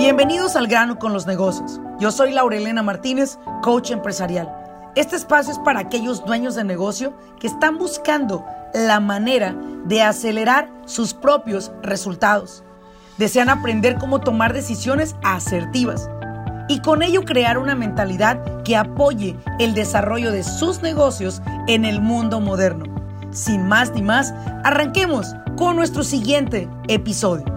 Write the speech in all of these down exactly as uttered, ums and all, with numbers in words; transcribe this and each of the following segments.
Bienvenidos al grano con los negocios. Yo soy Laurelena Martínez, coach empresarial. Este espacio es para aquellos dueños de negocio que están buscando la manera de acelerar sus propios resultados. Desean aprender cómo tomar decisiones asertivas y con ello crear una mentalidad que apoye el desarrollo de sus negocios en el mundo moderno. Sin más ni más, arranquemos con nuestro siguiente episodio.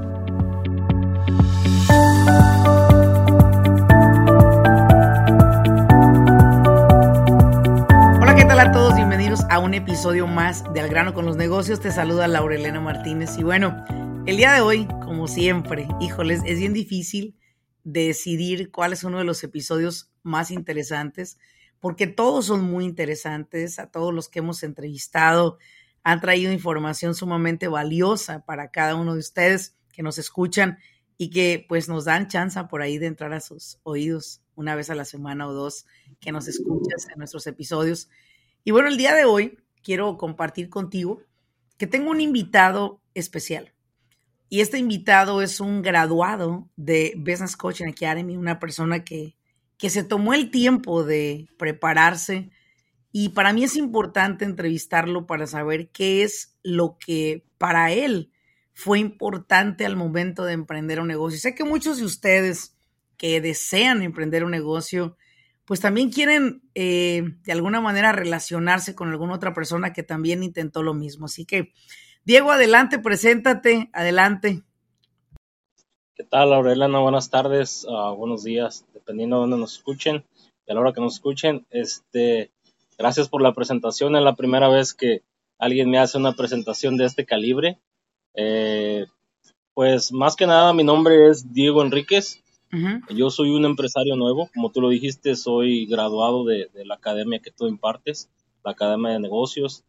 Hola, ¿qué tal a todos? Bienvenidos a un episodio más de Al grano con los negocios. Te saluda Laurelena Martínez y bueno, el día de hoy, como siempre, híjoles, es bien difícil decidir cuál es uno de los episodios más interesantes, porque todos son muy interesantes. A todos los que hemos entrevistado han traído información sumamente valiosa para cada uno de ustedes que nos escuchan y que pues nos dan chance por ahí de entrar a sus oídos una vez a la semana o dos que nos escuchas en nuestros episodios. Y bueno, el día de hoy quiero compartir contigo que tengo un invitado especial. Y este invitado es un graduado de Business Coaching Academy, una persona que, que se tomó el tiempo de prepararse. Y para mí es importante entrevistarlo para saber qué es lo que para él fue importante al momento de emprender un negocio. Sé que muchos de ustedes que desean emprender un negocio, pues también quieren eh, de alguna manera relacionarse con alguna otra persona que también intentó lo mismo. Así que, Diego, adelante, preséntate, adelante. ¿Qué tal, Laurelena? Buenas tardes, uh, buenos días, dependiendo de dónde nos escuchen y a la hora que nos escuchen. Este, gracias por la presentación. Es la primera vez que alguien me hace una presentación de este calibre. Eh, pues más que nada, mi nombre es Diego Enríquez. Uh-huh. Yo soy un empresario nuevo, como tú lo dijiste, soy graduado de, de la academia que tú impartes, la Academia de Negocios,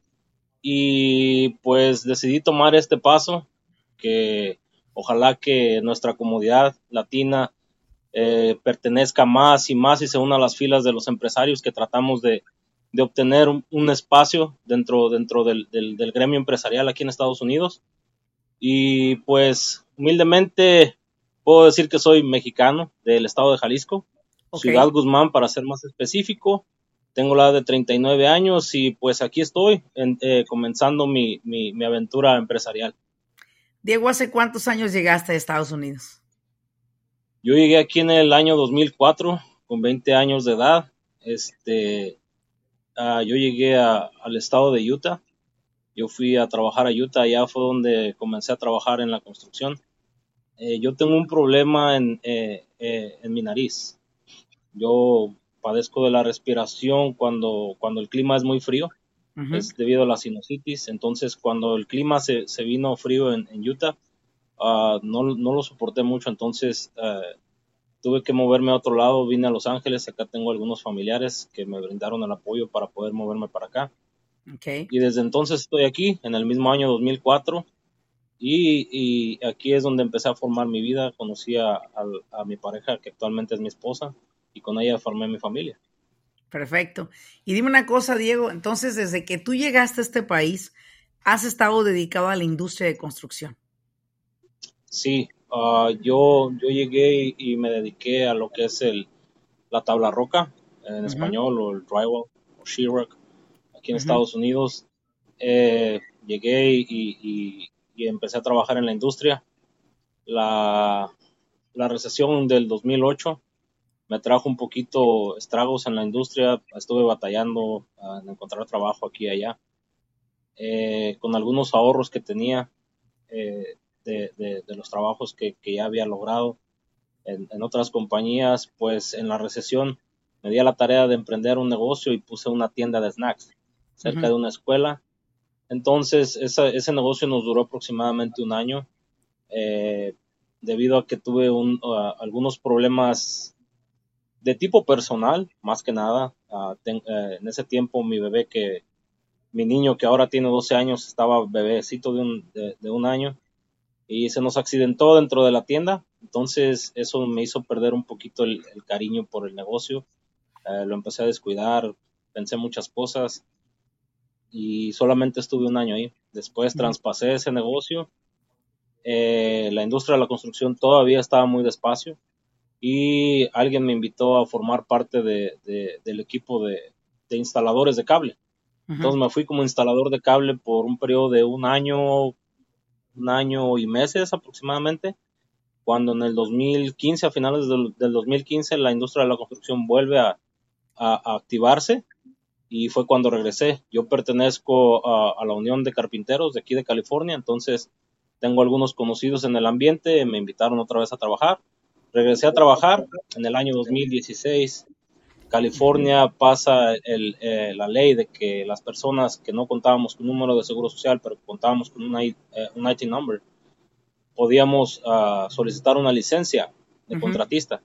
y pues decidí tomar este paso que ojalá que nuestra comunidad latina eh, pertenezca más y más y se una a las filas de los empresarios que tratamos de, de obtener un, un espacio dentro, dentro del, del, del gremio empresarial aquí en Estados Unidos. Y pues humildemente puedo decir que soy mexicano del estado de Jalisco, okay. Ciudad Guzmán para ser más específico. Tengo la edad de treinta y nueve años y pues aquí estoy en, eh, comenzando mi, mi, mi aventura empresarial. Diego, ¿hace cuántos años llegaste a Estados Unidos? Yo llegué aquí en el año dos mil cuatro, con veinte años de edad. Este, uh, yo llegué a, al estado de Utah. Yo fui a trabajar a Utah, allá fue donde comencé a trabajar en la construcción. Eh, yo tengo un problema en, eh, eh, en mi nariz. Yo padezco de la respiración cuando, cuando el clima es muy frío. Uh-huh. Es debido a la sinusitis. Entonces, cuando el clima se, se vino frío en, en Utah, uh, no, no lo soporté mucho. Entonces, uh, tuve que moverme a otro lado. Vine a Los Ángeles. Acá tengo algunos familiares que me brindaron el apoyo para poder moverme para acá. Okay. Y desde entonces estoy aquí, en el mismo año dos mil cuatro. Y, y aquí es donde empecé a formar mi vida. Conocí a, a, a mi pareja, que actualmente es mi esposa, y con ella formé mi familia. Perfecto. Y dime una cosa, Diego, entonces desde que tú llegaste a este país, ¿has estado dedicado a la industria de construcción? Sí, uh, yo, yo llegué y, y me dediqué a lo que es el, la tabla roca, en uh-huh. español, o el drywall, o sheetrock, aquí en uh-huh. Estados Unidos. Eh, llegué y, y, y empecé a trabajar en la industria. La, la recesión del dos mil ocho me trajo un poquito estragos en la industria. Estuve batallando uh, en encontrar trabajo aquí y allá. Eh, con algunos ahorros que tenía eh, de, de, de los trabajos que, que ya había logrado en, en otras compañías, pues en la recesión me di a la tarea de emprender un negocio y puse una tienda de snacks cerca uh-huh. de una escuela. Entonces esa, ese negocio nos duró aproximadamente un año eh, debido a que tuve un, uh, algunos problemas de tipo personal, más que nada. Uh, ten, uh, en ese tiempo mi bebé, que mi niño que ahora tiene doce años, estaba bebecito de un, de, de un año y se nos accidentó dentro de la tienda. Entonces eso me hizo perder un poquito el, el cariño por el negocio. Uh, lo empecé a descuidar, pensé muchas cosas y solamente estuve un año ahí. Después traspasé ese negocio. Eh, la industria de la construcción todavía estaba muy despacio. y alguien me invitó a formar parte de, de, del equipo de, de instaladores de cable. Uh-huh. Entonces me fui como instalador de cable por un periodo de un año, un año y meses aproximadamente, cuando en el dos mil quince, a finales del, del dos mil quince, la industria de la construcción vuelve a, a, a activarse, y fue cuando regresé. Yo pertenezco a, a la Unión de Carpinteros de aquí de California, entonces tengo algunos conocidos en el ambiente, me invitaron otra vez a trabajar. Regresé a trabajar en el año dos mil dieciséis. California pasa el, eh, la ley de que las personas que no contábamos con un número de seguro social, pero contábamos con una, eh, un I T number, podíamos uh, solicitar una licencia de uh-huh. contratista.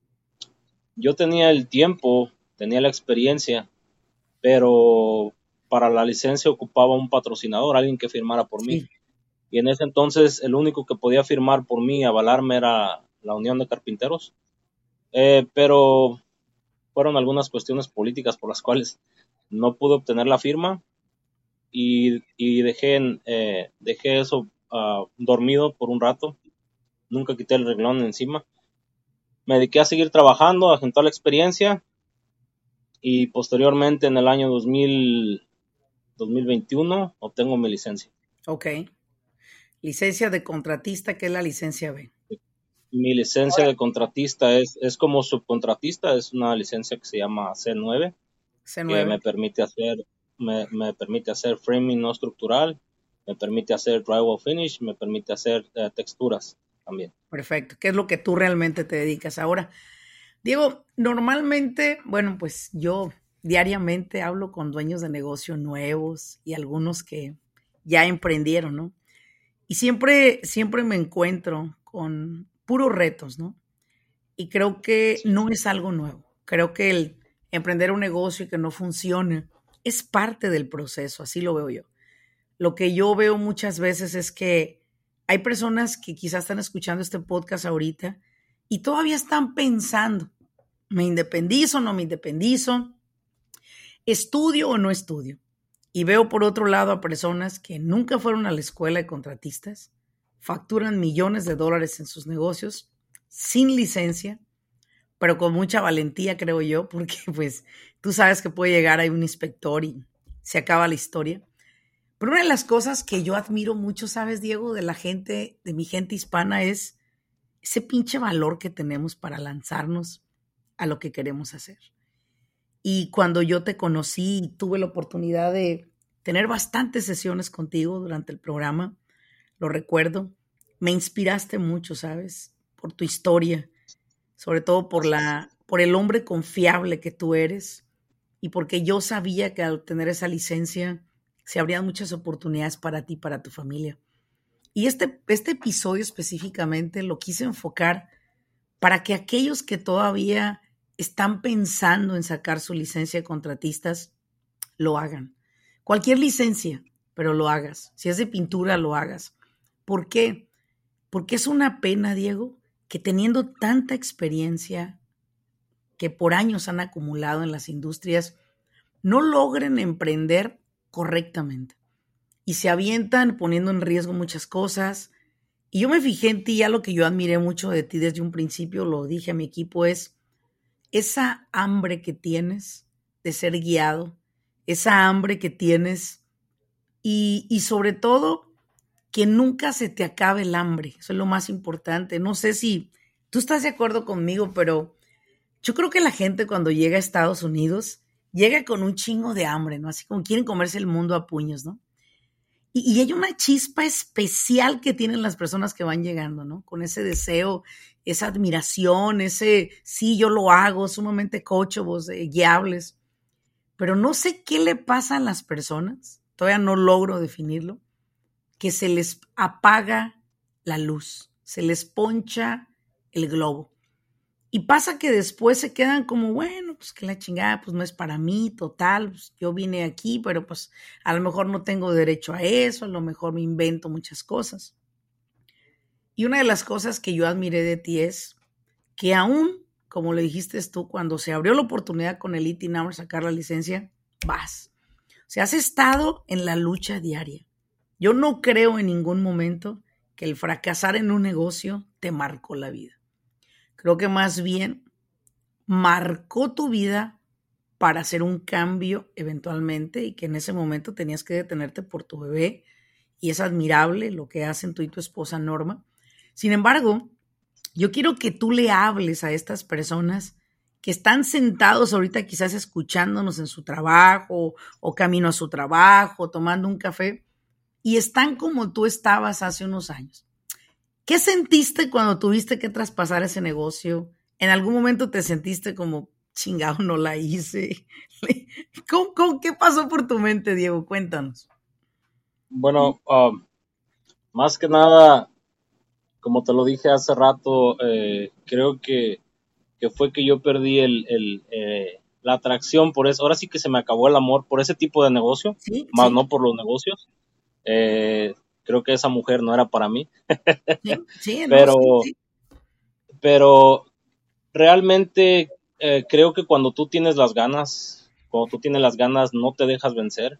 Yo tenía el tiempo, tenía la experiencia, pero para la licencia ocupaba un patrocinador, alguien que firmara por mí. Sí. Y en ese entonces el único que podía firmar por mí y avalarme era la Unión de Carpinteros. Eh, pero fueron algunas cuestiones políticas por las cuales no pude obtener la firma, y, y dejé, eh, dejé eso uh, dormido por un rato. Nunca quité el renglón encima. Me dediqué a seguir trabajando, a juntar la experiencia, y posteriormente en el año dos mil, dos mil veintiuno obtengo mi licencia. Ok. Licencia de contratista, ¿qué es la licencia B? Mi licencia Ahora. de contratista es, es como subcontratista, es una licencia que se llama C nueve, C nueve. Que me permite hacer, me, me permite hacer framing no estructural, me permite hacer drywall finish, me permite hacer eh, texturas también. Perfecto. ¿Qué es lo que tú realmente te dedicas ahora? Diego, normalmente, bueno, pues yo diariamente hablo con dueños de negocio nuevos y algunos que ya emprendieron, ¿no? Y siempre, siempre me encuentro con puros retos, ¿no? Y creo que no es algo nuevo. Creo que el emprender un negocio y que no funcione es parte del proceso, así lo veo yo. Lo que yo veo muchas veces es que hay personas que quizás están escuchando este podcast ahorita y todavía están pensando, ¿me independizo o no me independizo? ¿Estudio o no estudio? Y veo por otro lado a personas que nunca fueron a la escuela de contratistas, facturan millones de dólares en sus negocios, sin licencia, pero con mucha valentía, creo yo, porque pues tú sabes que puede llegar ahí un inspector y se acaba la historia. Pero una de las cosas que yo admiro mucho, ¿sabes, Diego? De la gente, de mi gente hispana, es ese pinche valor que tenemos para lanzarnos a lo que queremos hacer. Y cuando yo te conocí y tuve la oportunidad de tener bastantes sesiones contigo durante el programa, lo recuerdo, me inspiraste mucho, ¿sabes? Por tu historia, sobre todo por, la, por el hombre confiable que tú eres, y porque yo sabía que al tener esa licencia se abrían muchas oportunidades para ti y para tu familia. Y este, este episodio específicamente lo quise enfocar para que aquellos que todavía están pensando en sacar su licencia de contratistas, lo hagan. Cualquier licencia, pero lo hagas. Si es de pintura, lo hagas. ¿Por qué? Porque es una pena, Diego, que teniendo tanta experiencia que por años han acumulado en las industrias, no logren emprender correctamente. Y se avientan poniendo en riesgo muchas cosas. Y yo me fijé en ti, ya lo que yo admiré mucho de ti desde un principio, lo dije a mi equipo, es esa hambre que tienes de ser guiado, esa hambre que tienes y, y sobre todo que nunca se te acabe el hambre. Eso es lo más importante. No sé si tú estás de acuerdo conmigo, pero yo creo que la gente cuando llega a Estados Unidos llega con un chingo de hambre, ¿no? Así como quieren comerse el mundo a puños, ¿no? Y, y hay una chispa especial que tienen las personas que van llegando, ¿no? Con ese deseo, esa admiración, ese sí, yo lo hago, sumamente coachable, eh, guiables. Pero no sé qué le pasa a las personas, todavía no logro definirlo, que se les apaga la luz, se les poncha el globo. Y pasa que después se quedan como, bueno, pues que la chingada, pues no es para mí, total, pues yo vine aquí, pero pues a lo mejor no tengo derecho a eso, a lo mejor me invento muchas cosas. Y una de las cosas que yo admiré de ti es que aún, como le dijiste tú, cuando se abrió la oportunidad con el I T Number sacar la licencia, vas. O sea, has estado en la lucha diaria. Yo no creo en ningún momento que el fracasar en un negocio te marcó la vida. Creo que más bien marcó tu vida para hacer un cambio eventualmente y que en ese momento tenías que detenerte por tu bebé y es admirable lo que hacen tú y tu esposa Norma. Sin embargo, yo quiero que tú le hables a estas personas que están sentados ahorita quizás escuchándonos en su trabajo o camino a su trabajo, tomando un café y están como tú estabas hace unos años. ¿Qué sentiste cuando tuviste que traspasar ese negocio? ¿En algún momento te sentiste como chingado, no la hice? ¿Cómo, cómo, ¿Qué pasó por tu mente, Diego? Cuéntanos. Bueno, um, más que nada, como te lo dije hace rato, eh, creo que, que fue que yo perdí el, el, eh, la atracción por eso. Ahora sí que se me acabó el amor por ese tipo de negocio, Sí, más sí, no por los negocios. Eh, creo que esa mujer no era para mí, sí, sí, no, sí, pero, sí. pero realmente eh, creo que cuando tú tienes las ganas, cuando tú tienes las ganas, no te dejas vencer.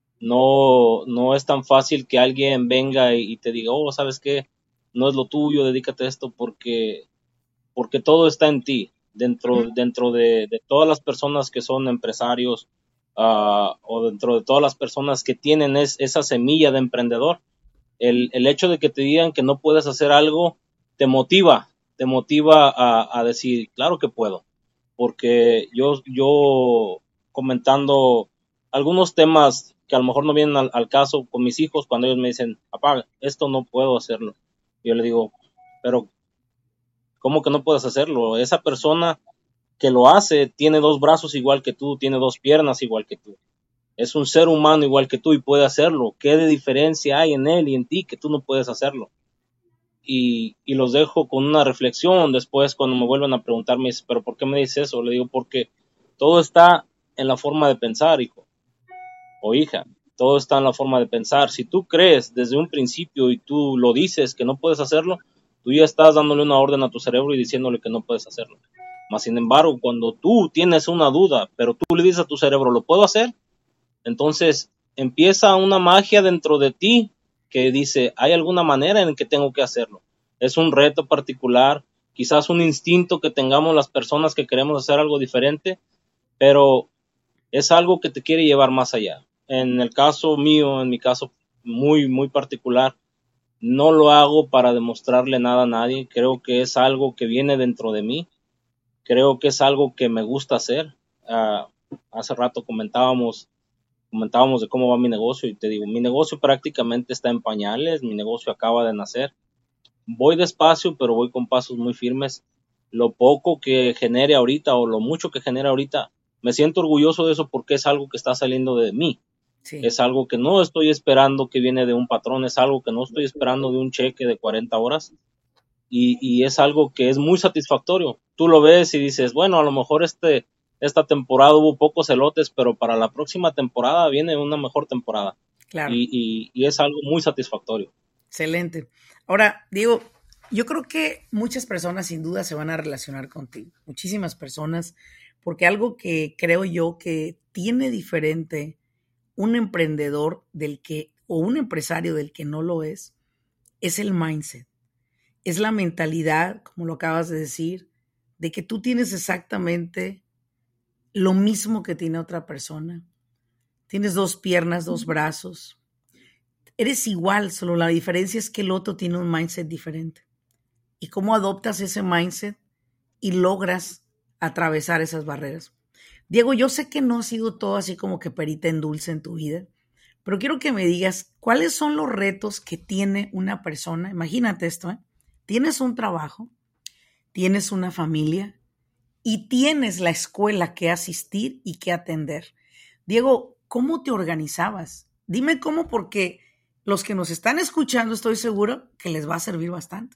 No, no es tan fácil que alguien venga y, y te diga, oh, ¿sabes qué? No es lo tuyo, dedícate a esto, porque, porque todo está en ti, dentro, dentro de, de todas las personas que son empresarios, uh, o dentro de todas las personas que tienen es, esa semilla de emprendedor. El, el hecho de que te digan que no puedes hacer algo te motiva, te motiva a, a decir, claro que puedo, porque yo, yo comentando algunos temas que a lo mejor no vienen al, al caso con mis hijos, cuando ellos me dicen, papá, esto no puedo hacerlo, yo le digo, pero ¿cómo que no puedes hacerlo? Esa persona que lo hace tiene dos brazos igual que tú, tiene dos piernas igual que tú, es un ser humano igual que tú y puede hacerlo. ¿Qué de diferencia hay en él y en ti que tú no puedes hacerlo? Y, y los dejo con una reflexión después cuando me vuelven a preguntarme, pero ¿por qué me dices eso? Le digo, porque todo está en la forma de pensar, hijo o hija. Todo está en la forma de pensar. Si tú crees desde un principio y tú lo dices que no puedes hacerlo, tú ya estás dándole una orden a tu cerebro y diciéndole que no puedes hacerlo. Mas, sin embargo, cuando tú tienes una duda, pero tú le dices a tu cerebro, ¿lo puedo hacer? Entonces empieza una magia dentro de ti que dice, hay alguna manera en que tengo que hacerlo. Es un reto particular, quizás un instinto que tengamos las personas que queremos hacer algo diferente, pero es algo que te quiere llevar más allá. En el caso mío, en mi caso muy, muy particular, no lo hago para demostrarle nada a nadie. Creo que es algo que viene dentro de mí. Creo que es algo que me gusta hacer. Uh, hace rato comentábamos comentábamos de cómo va mi negocio y te digo, mi negocio prácticamente está en pañales, mi negocio acaba de nacer. Voy despacio, pero voy con pasos muy firmes. Lo poco que genere ahorita o lo mucho que genere ahorita, me siento orgulloso de eso porque es algo que está saliendo de mí. Sí. Es algo que no estoy esperando que viene de un patrón, es algo que no estoy esperando de un cheque de cuarenta horas y, y es algo que es muy satisfactorio. Tú lo ves y dices, bueno, a lo mejor este, esta temporada hubo pocos elotes, pero para la próxima temporada viene una mejor temporada. Claro. Y, y, y es algo muy satisfactorio. Excelente. Ahora, Diego, yo creo que muchas personas sin duda se van a relacionar contigo, muchísimas personas, porque algo que creo yo que tiene diferente un emprendedor del que, o un empresario del que no lo es, es el mindset. Es la mentalidad, como lo acabas de decir, de que tú tienes exactamente lo mismo que tiene otra persona. Tienes dos piernas, dos brazos. Eres igual, solo la diferencia es que el otro tiene un mindset diferente. Y cómo adoptas ese mindset y logras atravesar esas barreras. Diego, yo sé que no ha sido todo así como que perita en dulce en tu vida, pero quiero que me digas cuáles son los retos que tiene una persona. Imagínate esto, ¿eh? Tienes un trabajo, tienes una familia y tienes la escuela que asistir y que atender. Diego, ¿cómo te organizabas? Dime cómo, porque los que nos están escuchando estoy seguro que les va a servir bastante.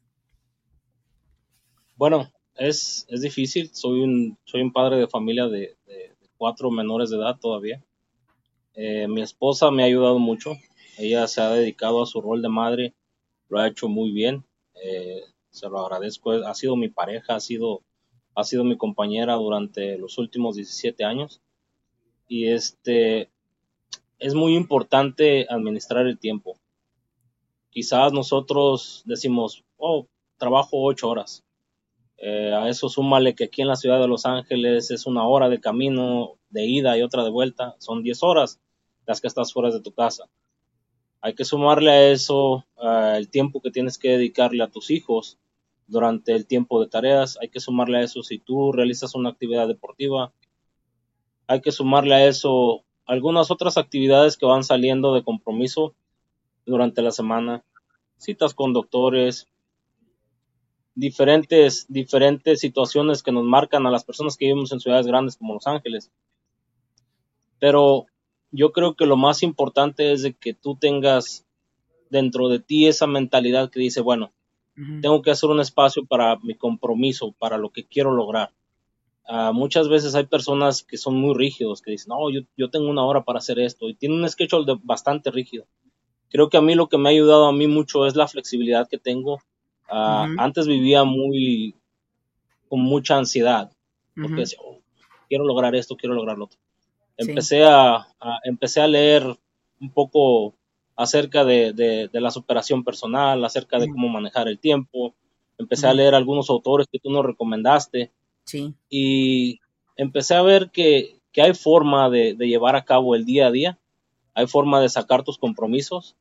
Bueno, es, es difícil. Soy un, soy un padre de familia de, de, de cuatro menores de edad todavía. Eh, mi esposa me ha ayudado mucho. Ella se ha dedicado a su rol de madre, lo ha hecho muy bien. Eh, se lo agradezco. Ha sido mi pareja, ha sido, ha sido mi compañera durante los últimos diecisiete años. Y este es muy importante administrar el tiempo. Quizás nosotros decimos, oh, trabajo ocho horas. Eh, a eso súmale que aquí en la ciudad de Los Ángeles es una hora de camino de ida y otra de vuelta. Son diez horas las que estás fuera de tu casa. Hay que sumarle a eso uh, el tiempo que tienes que dedicarle a tus hijos durante el tiempo de tareas. Hay que sumarle a eso si tú realizas una actividad deportiva. Hay que sumarle a eso algunas otras actividades que van saliendo de compromiso durante la semana. Citas con doctores, diferentes, diferentes situaciones que nos marcan a las personas que vivimos en ciudades grandes como Los Ángeles. Pero yo creo que lo más importante es de que tú tengas dentro de ti esa mentalidad que dice, bueno, uh-huh. tengo que hacer un espacio para mi compromiso, para lo que quiero lograr. Uh, muchas veces hay personas que son muy rígidos, que dicen, no, yo, yo tengo una hora para hacer esto, y tienen un schedule de, bastante rígido. Creo que a mí lo que me ha ayudado a mí mucho es la flexibilidad que tengo. Uh, uh-huh. Antes vivía muy, con mucha ansiedad, porque uh-huh. decía, oh, quiero lograr esto, quiero lograr lo otro. Empecé, sí. a, a, empecé a leer un poco acerca de, de, de la superación personal, acerca de uh-huh. cómo manejar el tiempo. Empecé uh-huh. a leer algunos autores que tú nos recomendaste. Sí. Y empecé a ver que, que hay forma de, de llevar a cabo el día a día, hay forma de sacar tus compromisos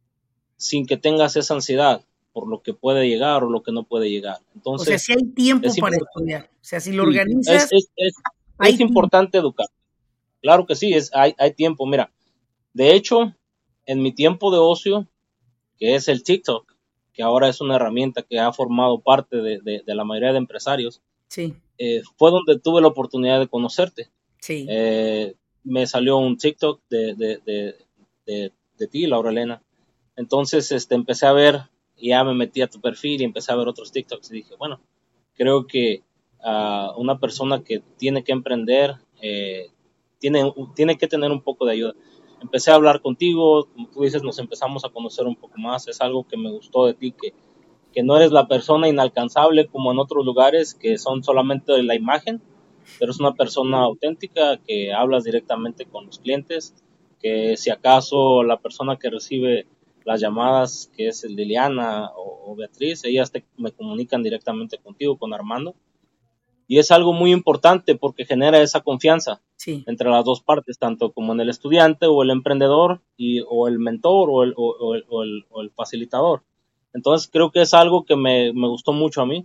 sin que tengas esa ansiedad por lo que puede llegar o lo que no puede llegar. Entonces, o sea, si hay tiempo para estudiar, o sea, si lo organizas. Es, es, es, es importante educar. Claro que sí, es, hay, hay tiempo. Mira, de hecho, en mi tiempo de ocio, que es el TikTok, que ahora es una herramienta que ha formado parte de, de, de la mayoría de empresarios, sí. Eh, fue donde tuve la oportunidad de conocerte. Sí. Eh, me salió un TikTok de, de, de, de, de ti, Laura Elena. Entonces este, empecé a ver, y ya me metí a tu perfil y empecé a ver otros TikToks y dije, bueno, creo que uh, una persona que tiene que emprender eh, tiene, tiene que tener un poco de ayuda. Empecé a hablar contigo, como tú dices, nos empezamos a conocer un poco más. Es algo que me gustó de ti, que que no eres la persona inalcanzable como en otros lugares que son solamente de la imagen, pero es una persona auténtica, que hablas directamente con los clientes, que si acaso la persona que recibe las llamadas, que es Liliana o, o Beatriz, ellas te, me comunican directamente contigo, con Armando, y es algo muy importante porque genera esa confianza sí. entre las dos partes, tanto como en el estudiante o el emprendedor, y, o el mentor o el, o, o el, o el, o el facilitador. Entonces creo que es algo que me, me gustó mucho a mí,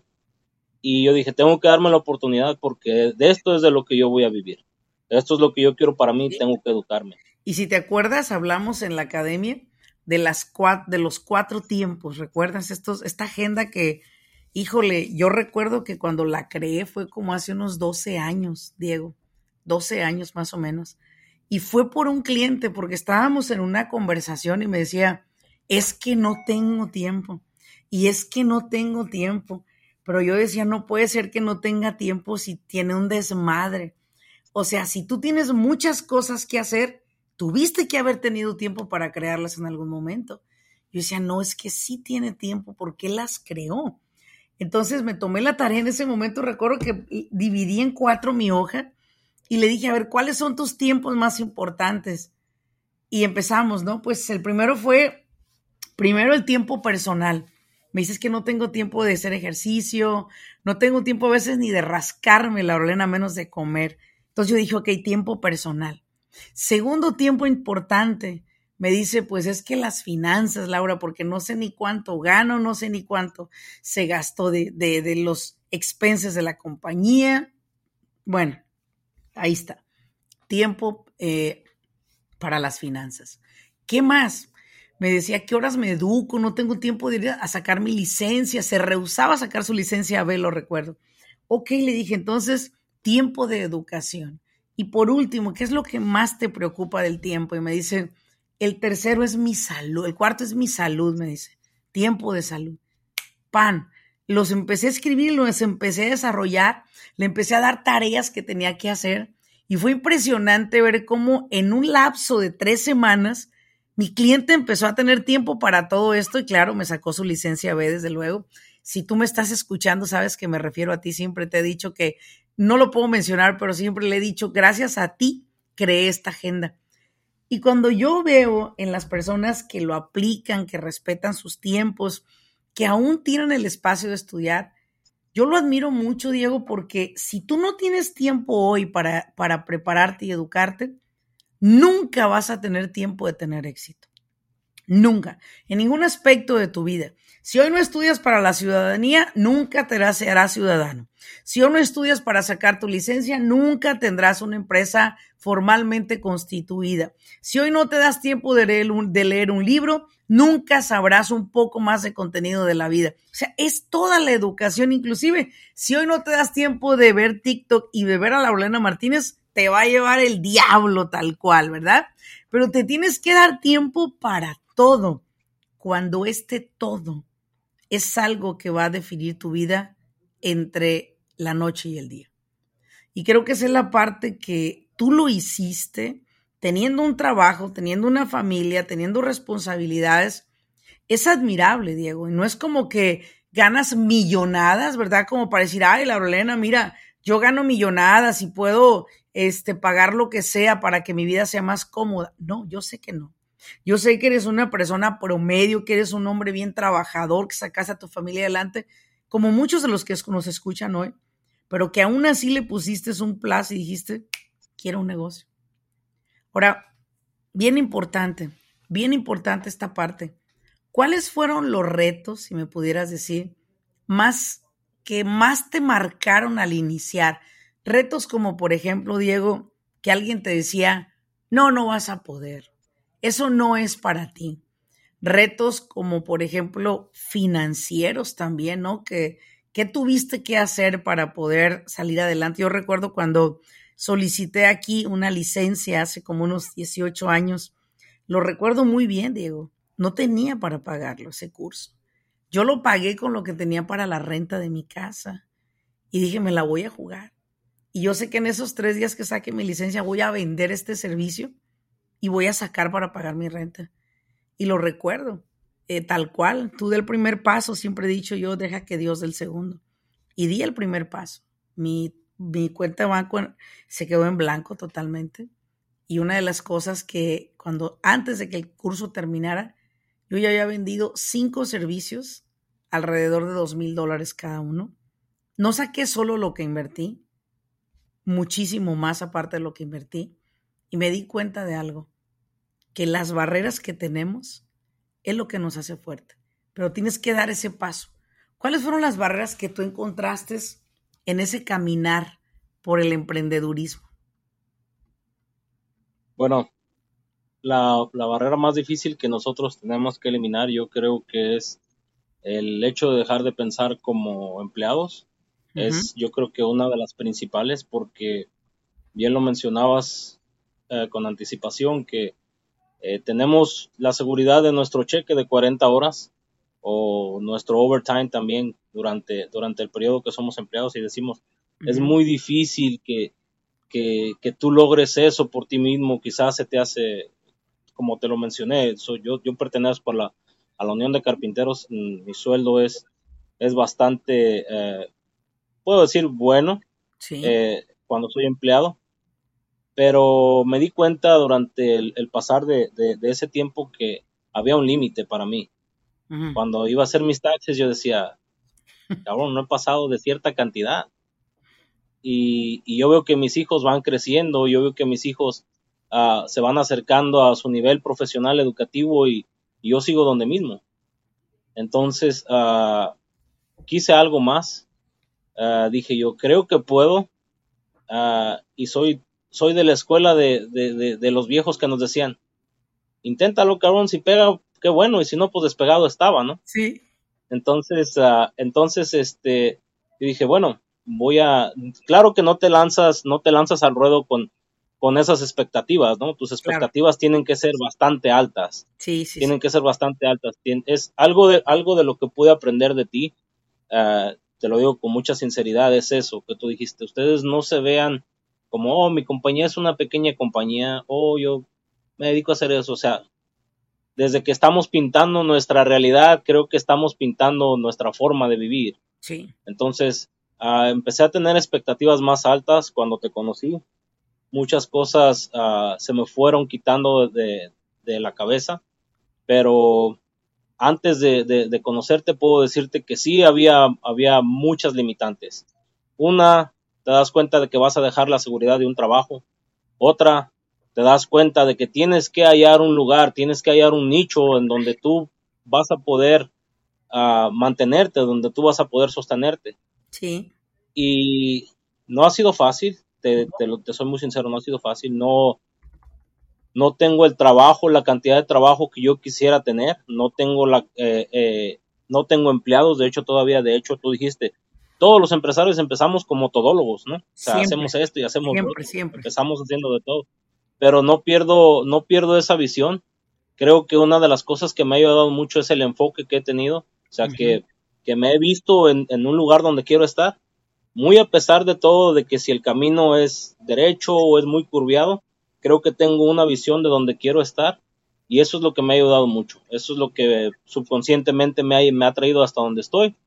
y yo dije, tengo que darme la oportunidad porque de esto es de lo que yo voy a vivir. Esto es lo que yo quiero para mí, sí. Tengo que educarme. Y si te acuerdas, hablamos en la academia de, las cuatro, de los cuatro tiempos, ¿recuerdas? Estos, esta agenda que, híjole, yo recuerdo que cuando la creé fue como hace unos doce años, Diego, doce años más o menos, y fue por un cliente, porque estábamos en una conversación y me decía, es que no tengo tiempo, y es que no tengo tiempo, pero yo decía, no puede ser que no tenga tiempo si tiene un desmadre. O sea, si tú tienes muchas cosas que hacer, tuviste que haber tenido tiempo para crearlas en algún momento. Yo decía, no, es que sí tiene tiempo, ¿por qué las creó? Entonces me tomé la tarea en ese momento, recuerdo que dividí en cuatro mi hoja y le dije, a ver, ¿cuáles son tus tiempos más importantes? Y empezamos, ¿no? Pues el primero fue... Primero, el tiempo personal. Me dices que no tengo tiempo de hacer ejercicio, no tengo tiempo a veces ni de rascarme la orelena, menos de comer. Entonces yo dije, ok, tiempo personal. Segundo tiempo importante, me dice, pues es que las finanzas, Laura, porque no sé ni cuánto gano, no sé ni cuánto se gastó de, de, de los expenses de la compañía. Bueno, ahí está. Tiempo eh, para las finanzas. ¿Qué más? Me decía, ¿qué horas me educo? No tengo tiempo de ir a sacar mi licencia. Se rehusaba a sacar su licencia B, lo recuerdo. Ok, le dije, entonces, tiempo de educación. Y por último, ¿qué es lo que más te preocupa del tiempo? Y me dice, el tercero es mi salud. El cuarto es mi salud, me dice. Tiempo de salud. Pan. Los empecé a escribir, los empecé a desarrollar. Le empecé a dar tareas que tenía que hacer. Y fue impresionante ver cómo en un lapso de tres semanas mi cliente empezó a tener tiempo para todo esto y claro, me sacó su licencia B, desde luego. Si tú me estás escuchando, sabes que me refiero a ti. Siempre te he dicho que, no lo puedo mencionar, pero siempre le he dicho, gracias a ti creé esta agenda. Y cuando yo veo en las personas que lo aplican, que respetan sus tiempos, que aún tienen el espacio de estudiar, Yo lo admiro mucho, Diego, porque si tú no tienes tiempo hoy para, para prepararte y educarte, nunca vas a tener tiempo de tener éxito. Nunca, en ningún aspecto de tu vida. Si hoy no estudias para la ciudadanía, nunca te harás ciudadano. Si hoy no estudias para sacar tu licencia, nunca tendrás una empresa formalmente constituida. Si hoy no te das tiempo de leer un, de leer un libro, nunca sabrás un poco más de contenido de la vida. O sea, es toda la educación. Inclusive, si hoy no te das tiempo de ver TikTok y de ver a Laurelena Martínez, te va a llevar el diablo tal cual, ¿verdad? Pero te tienes que dar tiempo para todo. Cuando este todo es algo que va a definir tu vida entre la noche y el día. Y creo que esa es la parte que tú lo hiciste teniendo un trabajo, teniendo una familia, teniendo responsabilidades. Es admirable, Diego. Y no es como que ganas millonadas, ¿verdad? Como para decir, ay, Laurelena, mira, yo gano millonadas y puedo este, pagar lo que sea para que mi vida sea más cómoda. No, yo sé que no. Yo sé que eres una persona promedio, que eres un hombre bien trabajador, que sacas a tu familia adelante, como muchos de los que nos escuchan hoy, pero que aún así le pusiste un plazo y dijiste, quiero un negocio. Ahora, bien importante, bien importante esta parte. ¿Cuáles fueron los retos, si me pudieras decir, más que más te marcaron al iniciar? Retos como, por ejemplo, Diego, que alguien te decía, no, no vas a poder. Eso no es para ti. Retos como, por ejemplo, financieros también, ¿no? Que, ¿qué tuviste que hacer para poder salir adelante? Yo recuerdo cuando solicité aquí una licencia hace como unos dieciocho años. Lo recuerdo muy bien, Diego. No tenía para pagarlo, ese curso. Yo lo pagué con lo que tenía para la renta de mi casa. Y dije, me la voy a jugar. Y yo sé que en esos tres días que saque mi licencia voy a vender este servicio y voy a sacar para pagar mi renta. Y lo recuerdo, eh, tal cual. Tú del primer paso, siempre he dicho yo, deja que Dios dé el segundo. Y di el primer paso. Mi, mi cuenta de banco se quedó en blanco totalmente. Y una de las cosas que cuando antes de que el curso terminara, yo ya había vendido cinco servicios, alrededor de dos mil dólares cada uno. No saqué solo lo que invertí, muchísimo más aparte de lo que invertí. Y me di cuenta de algo, que las barreras que tenemos es lo que nos hace fuerte. Pero tienes que dar ese paso. ¿Cuáles fueron las barreras que tú encontraste en ese caminar por el emprendedurismo? Bueno, la, la barrera más difícil que nosotros tenemos que eliminar, yo creo que es el hecho de dejar de pensar como empleados. Uh-huh. Es yo creo que una de las principales, porque bien lo mencionabas eh, con anticipación, que eh, tenemos la seguridad de nuestro cheque de cuarenta horas o nuestro overtime también durante, durante el periodo que somos empleados, y decimos, uh-huh, es muy difícil que, que, que tú logres eso por ti mismo. Quizás se te hace, como te lo mencioné, soy, yo, yo pertenezco a la, a la Unión de Carpinteros. Mi sueldo es, es bastante, eh, puedo decir, bueno, sí, eh, cuando soy empleado. Pero me di cuenta durante el, el pasar de, de, de ese tiempo que había un límite para mí. Uh-huh. Cuando iba a hacer mis taxes, yo decía, cabrón, no he pasado de cierta cantidad. Y, y yo veo que mis hijos van creciendo, yo veo que mis hijos uh, se van acercando a su nivel profesional educativo, y, y yo sigo donde mismo. Entonces, uh, quise algo más. Uh, dije yo, creo que puedo, uh, y soy... Soy de la escuela de, de, de, de los viejos que nos decían, inténtalo, cabrón, si pega, qué bueno, y si no, pues despegado estaba, ¿no? Sí. Entonces, uh, entonces, este, yo dije, bueno, voy a, claro que no te lanzas, no te lanzas al ruedo con, con esas expectativas, ¿no? Tus expectativas, claro, tienen que ser bastante altas. Sí, sí. Tienen sí. que ser bastante altas. Es algo de, algo de lo que pude aprender de ti, uh, te lo digo con mucha sinceridad, es eso que tú dijiste. Ustedes no se vean como, oh, mi compañía es una pequeña compañía, oh, yo me dedico a hacer eso. O sea, desde que estamos pintando nuestra realidad, creo que estamos pintando nuestra forma de vivir. Sí. Entonces, uh, empecé a tener expectativas más altas cuando te conocí. Muchas cosas uh, se me fueron quitando de, de la cabeza, pero antes de, de, de conocerte puedo decirte que sí había, había muchas limitantes. Una, te das cuenta de que vas a dejar la seguridad de un trabajo. Otra, te das cuenta de que tienes que hallar un lugar, tienes que hallar un nicho en donde tú vas a poder uh, mantenerte, donde tú vas a poder sostenerte. Sí. Y no ha sido fácil, te, te, te soy muy sincero, no ha sido fácil. No, no tengo el trabajo, la cantidad de trabajo que yo quisiera tener. No tengo la, eh, eh, no tengo empleados. De hecho, todavía, de hecho, tú dijiste, todos los empresarios empezamos como todólogos, ¿no? O sea, Siempre, hacemos esto y hacemos lo siempre, otro. siempre. Empezamos haciendo de todo. Pero no pierdo, no pierdo esa visión. Creo que una de las cosas que me ha ayudado mucho es el enfoque que he tenido. O sea, uh-huh. que, que me he visto en, en un lugar donde quiero estar. Muy a pesar de todo, de que si el camino es derecho o es muy curviado, creo que tengo una visión de donde quiero estar y eso es lo que me ha ayudado mucho. Eso es lo que subconscientemente me ha, me ha traído hasta donde estoy.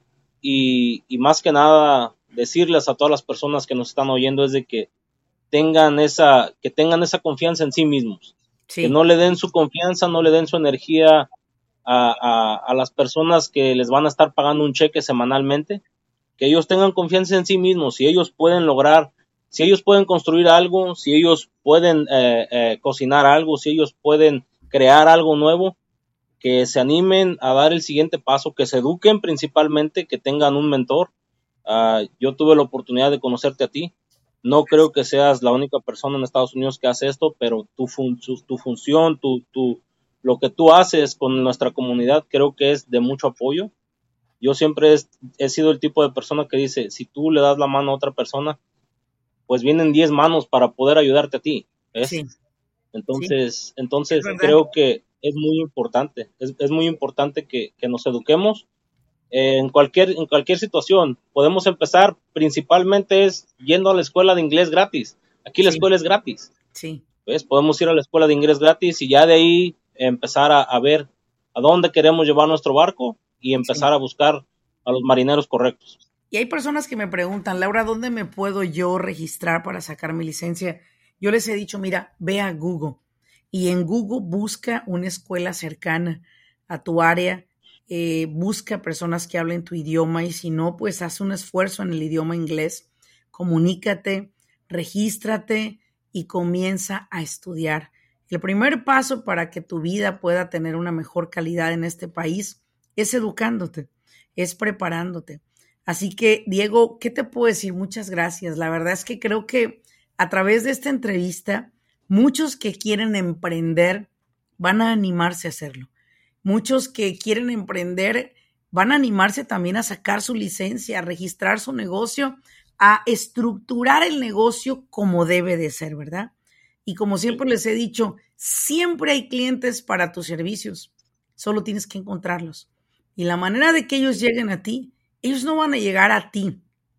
Y, y más que nada, decirles a todas las personas que nos están oyendo es de que tengan esa, que tengan esa confianza en sí mismos. Sí. Que no le den su confianza, no le den su energía a, a, a las personas que les van a estar pagando un cheque semanalmente. Que ellos tengan confianza en sí mismos, si ellos pueden lograr, si ellos pueden construir algo, si ellos pueden eh, eh, cocinar algo, si ellos pueden crear algo nuevo, que se animen a dar el siguiente paso, que se eduquen principalmente, que tengan un mentor. Uh, yo tuve la oportunidad de conocerte a ti, no creo que seas la única persona en Estados Unidos que hace esto, pero tu, fun- tu función, tu, tu, lo que tú haces con nuestra comunidad creo que es de mucho apoyo. Yo siempre he, he sido el tipo de persona que dice, si tú le das la mano a otra persona, pues vienen diez manos para poder ayudarte a ti, ¿ves? Sí. Entonces, sí. entonces creo que es muy importante, es, es muy importante que, que nos eduquemos eh, en cualquier, en cualquier situación. Podemos empezar principalmente es yendo a la escuela de inglés gratis. Aquí la sí. escuela es gratis. Sí. ¿Ves? Podemos ir a la escuela de inglés gratis y ya de ahí empezar a, a ver a dónde queremos llevar nuestro barco y empezar sí. a buscar a los marineros correctos. Y hay personas que me preguntan, Laura, ¿dónde me puedo yo registrar para sacar mi licencia? Yo les he dicho, mira, ve a Google y en Google busca una escuela cercana a tu área, eh, busca personas que hablen tu idioma y si no, pues haz un esfuerzo en el idioma inglés, comunícate, regístrate y comienza a estudiar. El primer paso para que tu vida pueda tener una mejor calidad en este país es educándote, es preparándote. Así que, Diego, ¿qué te puedo decir? Muchas gracias. La verdad es que creo que a través de esta entrevista, muchos que quieren emprender van a animarse a hacerlo. Muchos que quieren emprender van a animarse también a sacar su licencia, a registrar su negocio, a estructurar el negocio como debe de ser, ¿verdad? Y como siempre les he dicho, siempre hay clientes para tus servicios, solo tienes que encontrarlos. Y la manera de que ellos lleguen a ti, ellos no van a llegar a ti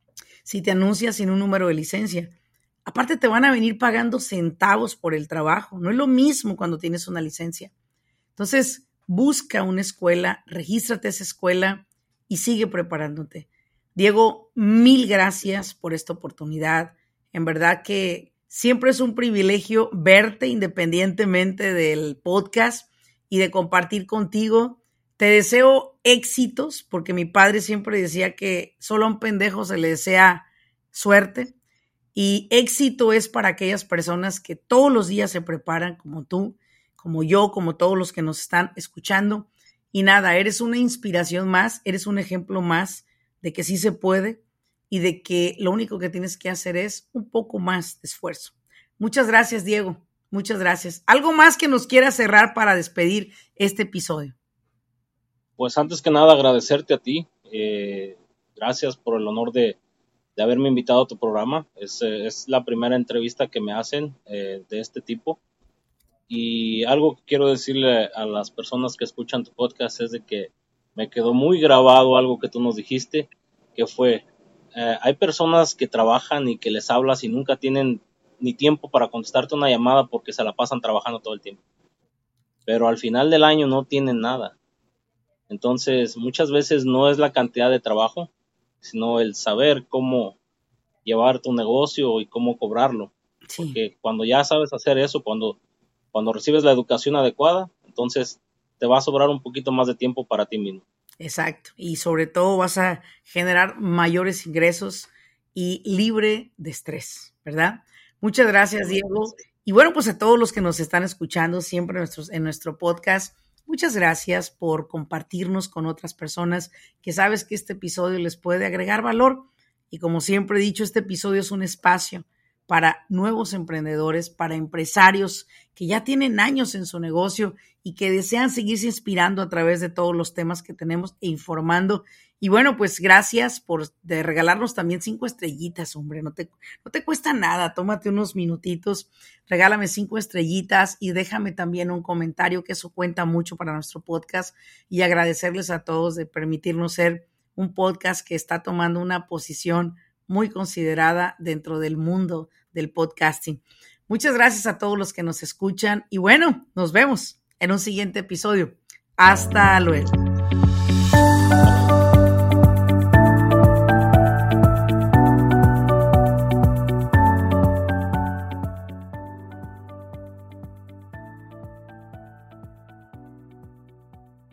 si te anuncias sin un número de licencia. Aparte te van a venir pagando centavos por el trabajo. No es lo mismo cuando tienes una licencia. Entonces, busca una escuela, regístrate a esa escuela y sigue preparándote. Diego, mil gracias por esta oportunidad. En verdad que siempre es un privilegio verte independientemente del podcast y de compartir contigo. Te deseo éxitos, porque mi padre siempre decía que solo a un pendejo se le desea suerte. Y éxito es para aquellas personas que todos los días se preparan, como tú, como yo, como todos los que nos están escuchando. Y nada, eres una inspiración más, eres un ejemplo más de que sí se puede y de que lo único que tienes que hacer es un poco más de esfuerzo. Muchas gracias, Diego. Muchas gracias. ¿Algo más que nos quiera cerrar para despedir este episodio? Pues antes que nada agradecerte a ti, eh, gracias por el honor de, de haberme invitado a tu programa, es, es la primera entrevista que me hacen eh, de este tipo y algo que quiero decirle a las personas que escuchan tu podcast es de que me quedó muy grabado algo que tú nos dijiste, que fue, eh, hay personas que trabajan y que les hablas y nunca tienen ni tiempo para contestarte una llamada porque se la pasan trabajando todo el tiempo, pero al final del año no tienen nada. Entonces, muchas veces no es la cantidad de trabajo, sino el saber cómo llevar tu negocio y cómo cobrarlo. Sí. Porque cuando ya sabes hacer eso, cuando, cuando recibes la educación adecuada, entonces te va a sobrar un poquito más de tiempo para ti mismo. Exacto, y sobre todo vas a generar mayores ingresos y libre de estrés, ¿verdad? Muchas gracias, Diego. Y bueno, pues a todos los que nos están escuchando siempre en, nuestros, en nuestro podcast, muchas gracias por compartirnos con otras personas que sabes que este episodio les puede agregar valor. Y como siempre he dicho, este episodio es un espacio para nuevos emprendedores, para empresarios que ya tienen años en su negocio y que desean seguirse inspirando a través de todos los temas que tenemos e informando. Y bueno, pues gracias por de regalarnos también cinco estrellitas, hombre, no te, no te cuesta nada, tómate unos minutitos, regálame cinco estrellitas y déjame también un comentario, que eso cuenta mucho para nuestro podcast, y agradecerles a todos de permitirnos ser un podcast que está tomando una posición muy considerada dentro del mundo del podcasting. Muchas gracias a todos los que nos escuchan y bueno, nos vemos en un siguiente episodio. Hasta luego.